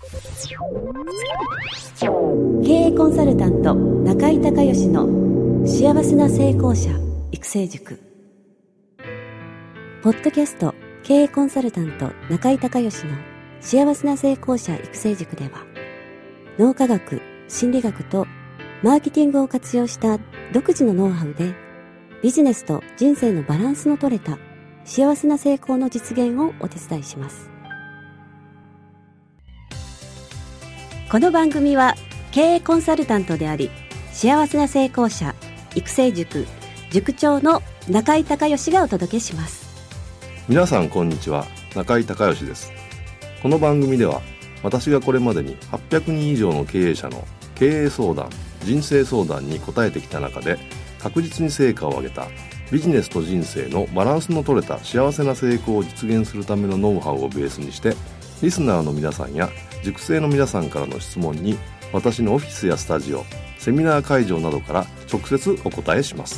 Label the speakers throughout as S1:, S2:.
S1: 経営コンサルタント中井孝義の幸せな成功者育成塾。ポッドキャスト経営コンサルタント中井孝義の幸せな成功者育成塾では、脳科学、心理学とマーケティングを活用した独自のノウハウで、ビジネスと人生のバランスの取れた幸せな成功の実現をお手伝いします。この番組は経営コンサルタントであり、幸せな成功者育成塾塾長の中井孝義がお届けします。
S2: 皆さんこんにちは、中井孝義です。この番組では、私がこれまでに800人以上の経営者の経営相談、人生相談に答えてきた中で、確実に成果を上げたビジネスと人生のバランスの取れた幸せな成功を実現するためのノウハウをベースにして、リスナーの皆さんや塾生の皆さんからの質問に、私のオフィスやスタジオ、セミナー会場などから直接お答えします。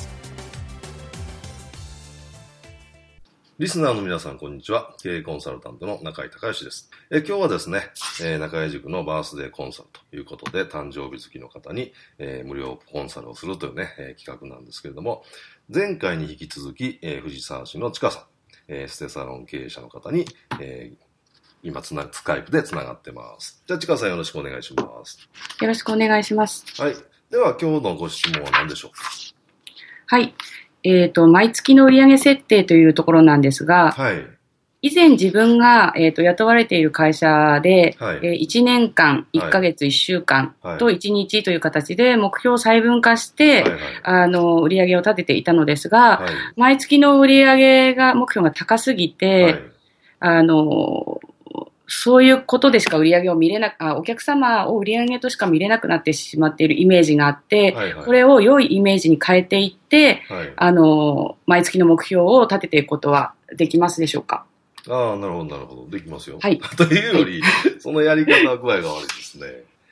S2: リスナーの皆さん、こんにちは。経営コンサルタントの中井孝義です。今日はですね、中井塾のバースデーコンサルということで、誕生日月の方に、無料コンサルをするというね、企画なんですけれども、前回に引き続き、藤沢市のちかさん、エステサロン経営者の方に、今スカイプでつながってます。じゃあ、ちかさんよろしくお願いします。
S3: よろしくお願いします。
S2: はい。では、今日のご質問は何でしょうか？
S3: はい。毎月の売上設定というところなんですが、
S2: はい。
S3: 以前自分が、雇われている会社で、
S2: はい。
S3: 1年間、1ヶ月、1週間と1日という形で目標を細分化して、売上を立てていたのですが、
S2: はい。
S3: 毎月の売上が、目標が高すぎて、
S2: はい。
S3: そういうことでしか売り上げを見れなく、お客様を売り上げとしか見れなくなってしまっているイメージがあって、
S2: はいはい、
S3: これを良いイメージに変えていって、
S2: はい、
S3: 毎月の目標を立てていくことはできますでしょうか？
S2: ああ、なるほど、なるほど。できますよ。
S3: はい。
S2: というより、はい、そのやり方は具合が悪いですね。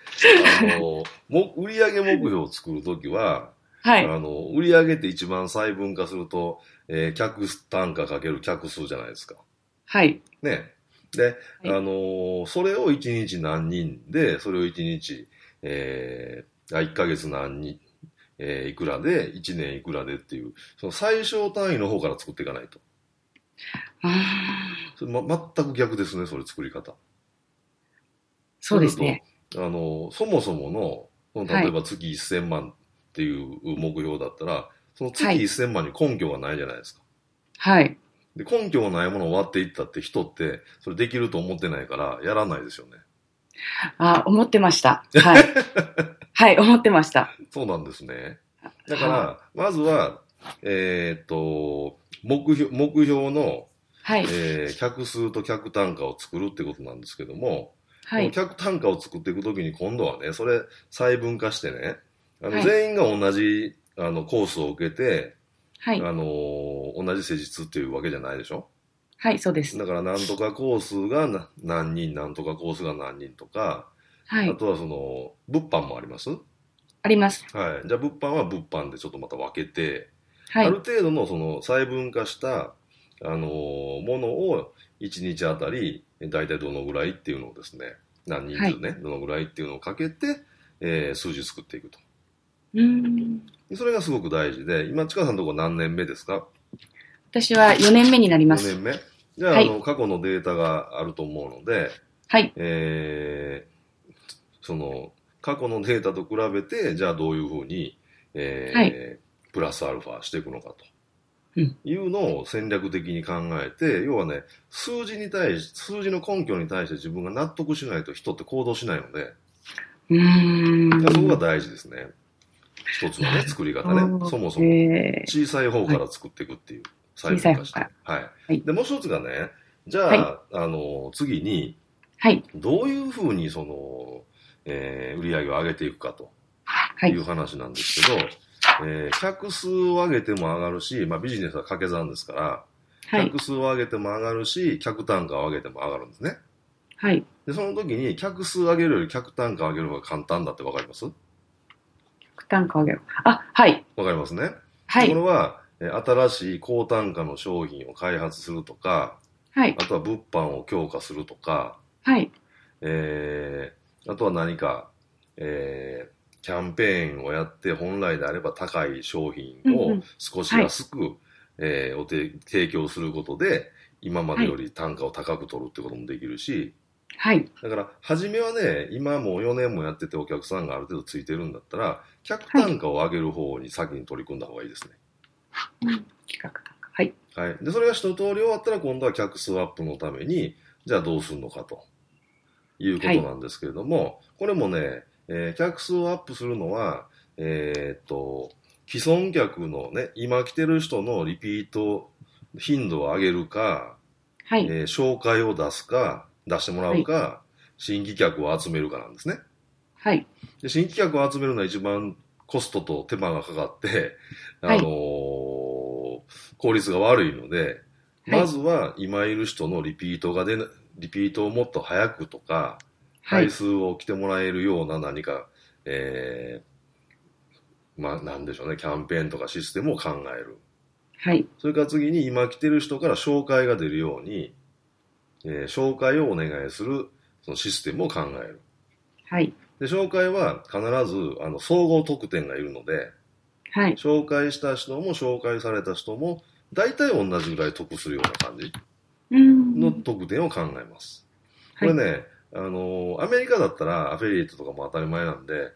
S2: 売上目標を作るときは、
S3: はい。
S2: 売上って一番細分化すると、客単価かける客数じゃないですか。
S3: はい。
S2: ね。で、
S3: はい、
S2: それを1日何人で、それを1日、1ヶ月何人、いくらで、1年いくらでっていう、その最小単位の方から作っていかないと。それ全く逆ですね、それ作り方。
S3: そうですね。
S2: そもそもの、例えば月1000万っていう目標だったら、その月1000万に根拠がないじゃないですか。はい。で、根拠がないものを割っていったって人って、それできると思ってないから、やらないですよね。
S3: 思ってました。はい。はい、思ってました。
S2: そうなんですね。だから、まずは、目標の、はい、客数と客単価を作るってことなんですけども、はい、客単価を作っていくときに今度はね、それ細分化してね、はい、全員が同じ、コースを受けて、はい、同じ施術っていうわけじゃないでしょ？はい、そうです。だから、なんとかコースが何人、なんとかコースが何人とか、はい、あとは物販もあります？あります。はい。じゃあ、物販は物販でちょっとまた分けて、はい、ある程度の細分化した、ものを1日あたり、だいたいどのぐらいっていうのをですね、何人数ね、はい、どのぐらいっていうのをかけて、数字作っていくと。それがすごく大事で、今、ちかさんのところ何年目ですか？
S3: 私は4年目になります。
S2: 4年目？じゃあ、はい、過去のデータがあると思うので、はい。過去のデータと比べて、じゃあどういうふうに、はい、プラスアルファしていくのかというのを戦略的に考えて、要はね、数字の根拠に対して自分が納得しないと人って行動しないので、そこが大事ですね。一つのね、作り方ね。そもそも小さい方から作っていくっていう。細分化して。はい。で、もう一つがね、じゃあ、次に、はい。どういうふうに売り上げを上げていくかという話なんですけど、客数を上げても上がるし、まあビジネスは掛け算ですから、客数を上げても上がるし、客単価を上げても上がるんですね。はい。で、その時に客数上げるより客単価上げる方が簡単だってわかります？
S3: 単価を上げる。はい。
S2: わかりますね。はい。これは、新しい高単価の商品を開発するとか、はい。あとは物販を強化するとか、はい。 あとは何か、キャンペーンをやって本来であれば高い商品を少し安く、提供することで今までより単価を高く取るってこともできるし、
S3: はい。
S2: だから初めはね、今もう4年もやっててお客さんがある程度ついてるんだったら客単価を上げる方に先に取り組んだ方がいいですね。
S3: 企画単価。はい。
S2: はい。で、それが一通り終わったら今度は客数アップのためにじゃあどうするのかということなんですけれども、これもね、客数をアップするのは、既存客のね、今来てる人のリピート頻度を上げるか、
S3: はい。
S2: 紹介を出してもらうか、はい、新規客を集めるかなんですね。
S3: はい。
S2: で、新規客を集めるのは一番コストと手間がかかって、効率が悪いので、まずは今いる人のリピートをもっと早くとか、回数を来てもらえるような何か、なんでしょうね、キャンペーンとかシステムを考える。
S3: はい。
S2: それから次に今来てる人から紹介が出るように、紹介をお願いするそのシステムを考える。
S3: はい。
S2: で、紹介は必ず総合得点がいるので、
S3: はい。
S2: 紹介した人も紹介された人も大体同じぐらい得するような感じの得点を考えます。これね、アメリカだったらアフィリエイトとかも当たり前なんで、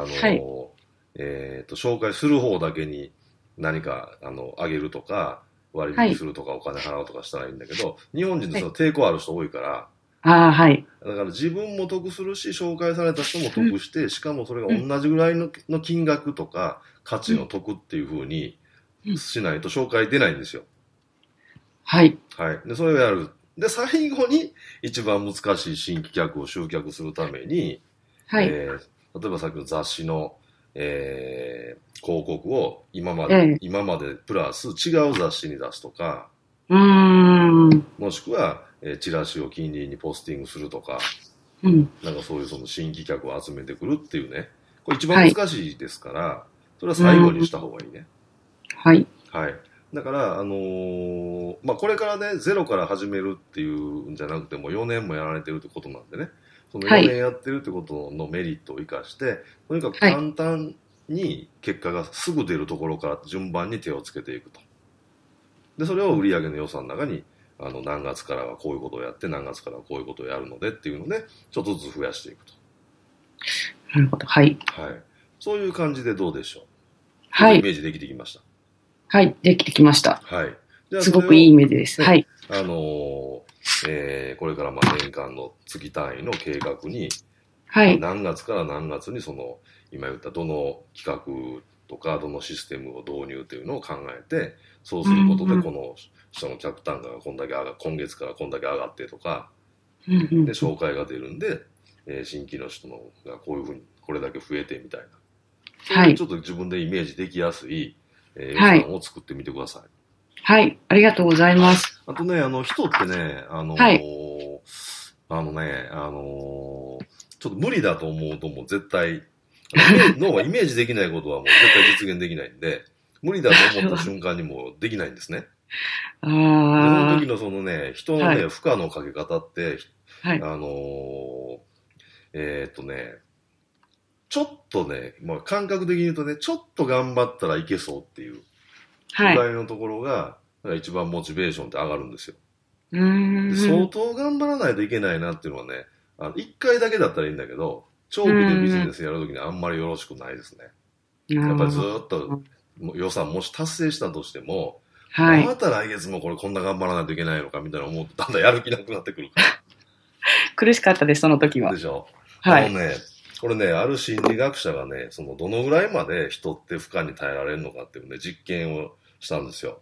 S2: 紹介する方だけに何かあげるとか割引するとかお金払うとかしたらいいんだけど、日本人ってその抵抗ある人多いから、
S3: はい。
S2: だから自分も得するし紹介された人も得して、しかもそれが同じぐらいの金額とか価値の得っていう風にしないと紹介出ないんですよ。
S3: はい。
S2: はい。で、それをやる。で、最後に一番難しい新規客を集客するために、
S3: はい。
S2: 例えばさっきの雑誌の、広告を今までプラス違う雑誌に出すとか、もしくは、チラシを近隣にポスティングするとか、なんかそういうその新規客を集めてくるっていうね、これ一番難しいですから、それは最後にした方がいいね。
S3: はい。
S2: はい。だから、これからね、ゼロから始めるっていうんじゃなくても、4年もやられてるってことなんでね、その4年やってるってことのメリットを生かして、とにかく簡単に結果がすぐ出るところから順番に手をつけていくと。で、それを売上の予算の中に、何月からはこういうことをやって、何月からはこういうことをやるのでっていうので、ちょっとずつ増やしていくと。
S3: なるほど。はい。
S2: はい。そういう感じでどうでしょう。
S3: はい。
S2: イメージできてきました。
S3: はい、できてきました。
S2: はい。
S3: じゃあすごくいいイメージです。はい。
S2: これから年間の月単位の計画に、
S3: はい。
S2: 何月から何月に今言ったどの企画とかどのシステムを導入っていうのを考えて、そうすることでこの人の客単価が今月からこんだけ上がってとか、で、紹介が出るんで、新規の人がこういうふうにこれだけ増えてみたいな。はい。ちょっと自分でイメージできやすい、予算を作ってみてください。
S3: はい。ありがとうございます。
S2: あとね、人ってね、ちょっと無理だと思うともう絶対、脳はイメージできないことはもう絶対実現できないんで、無理だと思った瞬間にもうできないんですね。その時のそのね、人のね、負荷のかけ方って、ちょっとね、感覚的に言うとね、ちょっと頑張ったらいけそうっていうぐらいのところが、一番モチベーションって上がるんですよ。で相当頑張らないといけないなっていうのはね、1回だけだったらいいんだけど、長期でビジネスやるときにあんまりよろしくないですね。やっぱりずっと予算もし達成したとしても、また来月もこれこんな頑張らないといけないのかみたいな思うとだんだんやる気なくなってくるから。
S3: 苦しかったです、その時は。
S2: でしょ。
S3: はい。
S2: これね、ある心理学者がね、どのぐらいまで人って負荷に耐えられるのかっていうね、実験をしたんですよ。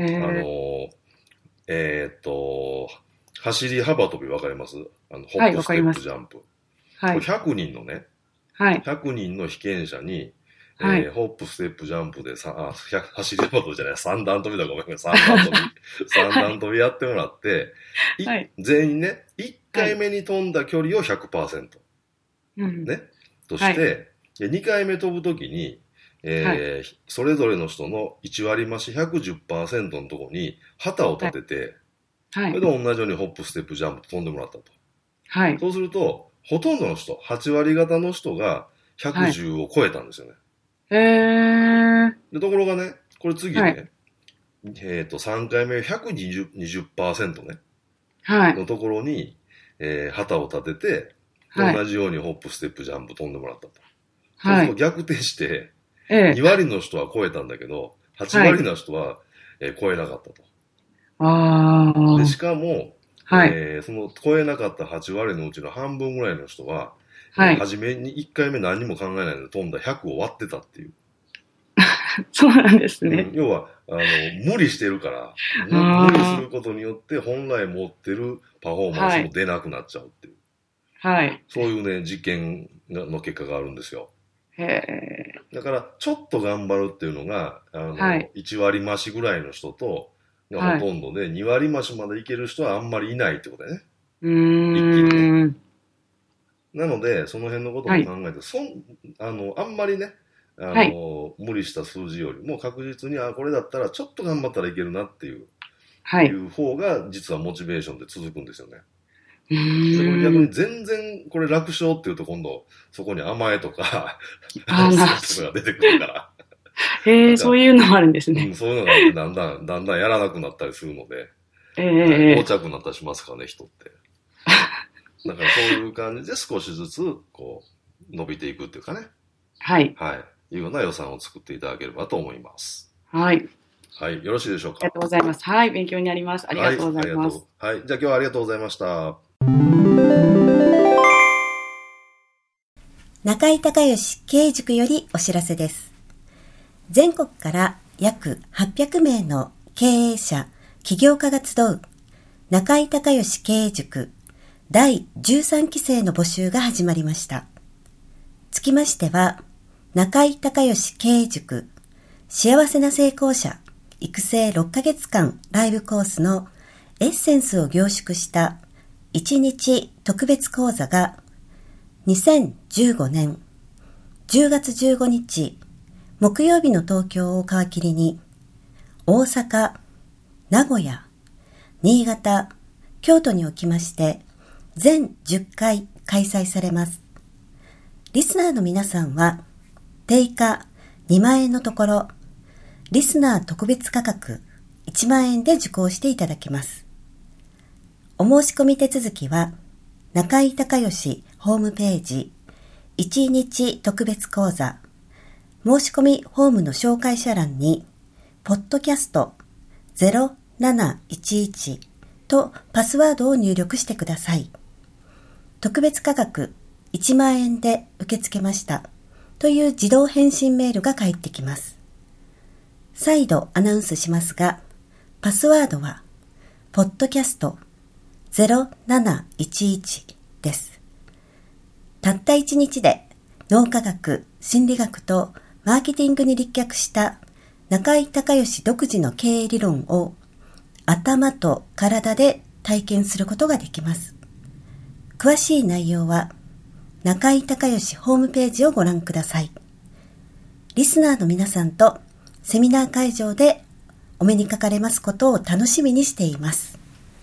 S2: 走り幅跳びわかります？ホップステップジャンプ。はい。100人のね、100人の被験者に、ホップステップジャンプで走り幅跳びじゃない、三段跳びだ、ごめんなさい、三段跳びやってもらって、全員ね、1回目に飛んだ距離を 100%。ね、として、2回目飛ぶときに、それぞれの人の1割増し 110% のところに旗を立てて、それで同じようにホップステップジャンプ飛んでもらったと。そうすると、 ほとんどの人、8割方の人が110を超えたんですよね。
S3: で
S2: ところがね、これ次ね、3回目120% ね、のところに、旗を立てて、同じようにホップ、ステップ、ジャンプ飛んでもらったと。そうすると逆転して、2割の人は超えたんだけど、8割の人は、超えなかったと。でしかも、その超えなかった8割のうちの半分ぐらいの人は、初めに1回目何も考えないで飛んだ100を割ってたっていう。
S3: そうなんですね。
S2: 要は無理してるから、無理することによって本来持ってるパフォーマンスも出なくなっちゃうっていう。そういうね、実験の結果があるんですよ。だから、ちょっと頑張るっていうのが、1割増しぐらいの人と、がほとんどで、2割増しまでいける人はあんまりいないってことだよね。一気にね。なので、その辺のことも考えて、あんまりね、無理した数字よりも確実に、これだったらちょっと頑張ったらいけるなっていう、いう方が、実はモチベーションで続くんですよね。でこれ逆に全然これ楽勝っていうと今度そこに甘えとかそういうのが出てくるから
S3: そういうのもあるんですね、
S2: そういうのがあってだんだんやらなくなったりするので横着になったりしますかね人ってだからそういう感じで少しずつこう伸びていくっていうかねいうような予算を作っていただければと思います。よろしいでしょうか。
S3: ありがとうございます。勉強になります。ありがとうございます。
S2: じゃあ今日はありがとうございました。
S1: 中井孝義経営塾よりお知らせです。全国から約800名の経営者、起業家が集う中井孝義経営塾第13期生の募集が始まりました。つきましては、中井孝義経営塾幸せな成功者育成6ヶ月間ライブコースのエッセンスを凝縮した1日特別講座が2015年10月15日木曜日の東京を皮切りに大阪、名古屋、新潟、京都におきまして全10回開催されます。リスナーの皆さんは定価2万円のところリスナー特別価格1万円で受講していただけます。お申し込み手続きは中井孝義ホームページ1日特別講座申し込みフォームの紹介者欄にポッドキャスト0711とパスワードを入力してください。特別価格1万円で受け付けましたという自動返信メールが返ってきます。再度アナウンスしますが、パスワードは、ポッドキャスト0711です。たった1日で脳科学、心理学とマーケティングに立脚した中井孝義独自の経営理論を頭と体で体験することができます。詳しい内容は中井孝義ホームページをご覧ください。リスナーの皆さんとセミナー会場でお目にかかれますことを楽しみにしています。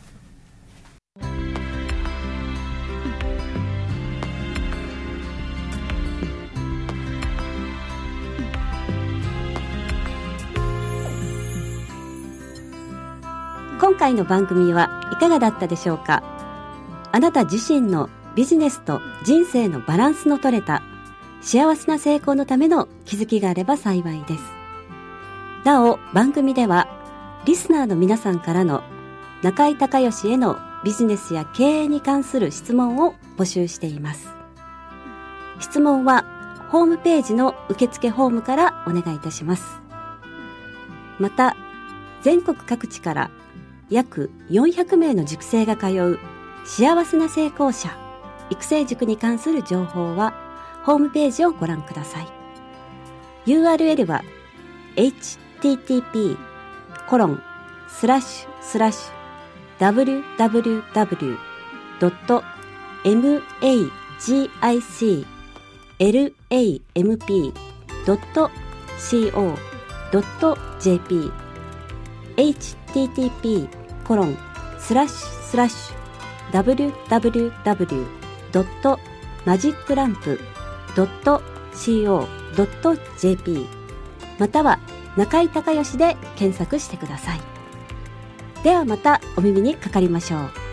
S1: 今回の番組はいかがだったでしょうか。あなた自身のビジネスと人生のバランスの取れた幸せな成功のための気づきがあれば幸いです。なお、番組ではリスナーの皆さんからの中井孝義へのビジネスや経営に関する質問を募集しています。質問はホームページの受付フォームからお願いいたします。また、全国各地から約400名の塾生が通う幸せな成功者育成塾に関する情報はホームページをご覧ください。URL はhttp://www.magiclamp.co.jp http://www.magiclamp.co.jp マジックランプ .co.jp または中井孝義で検索してください。ではまたお耳にかかりましょう。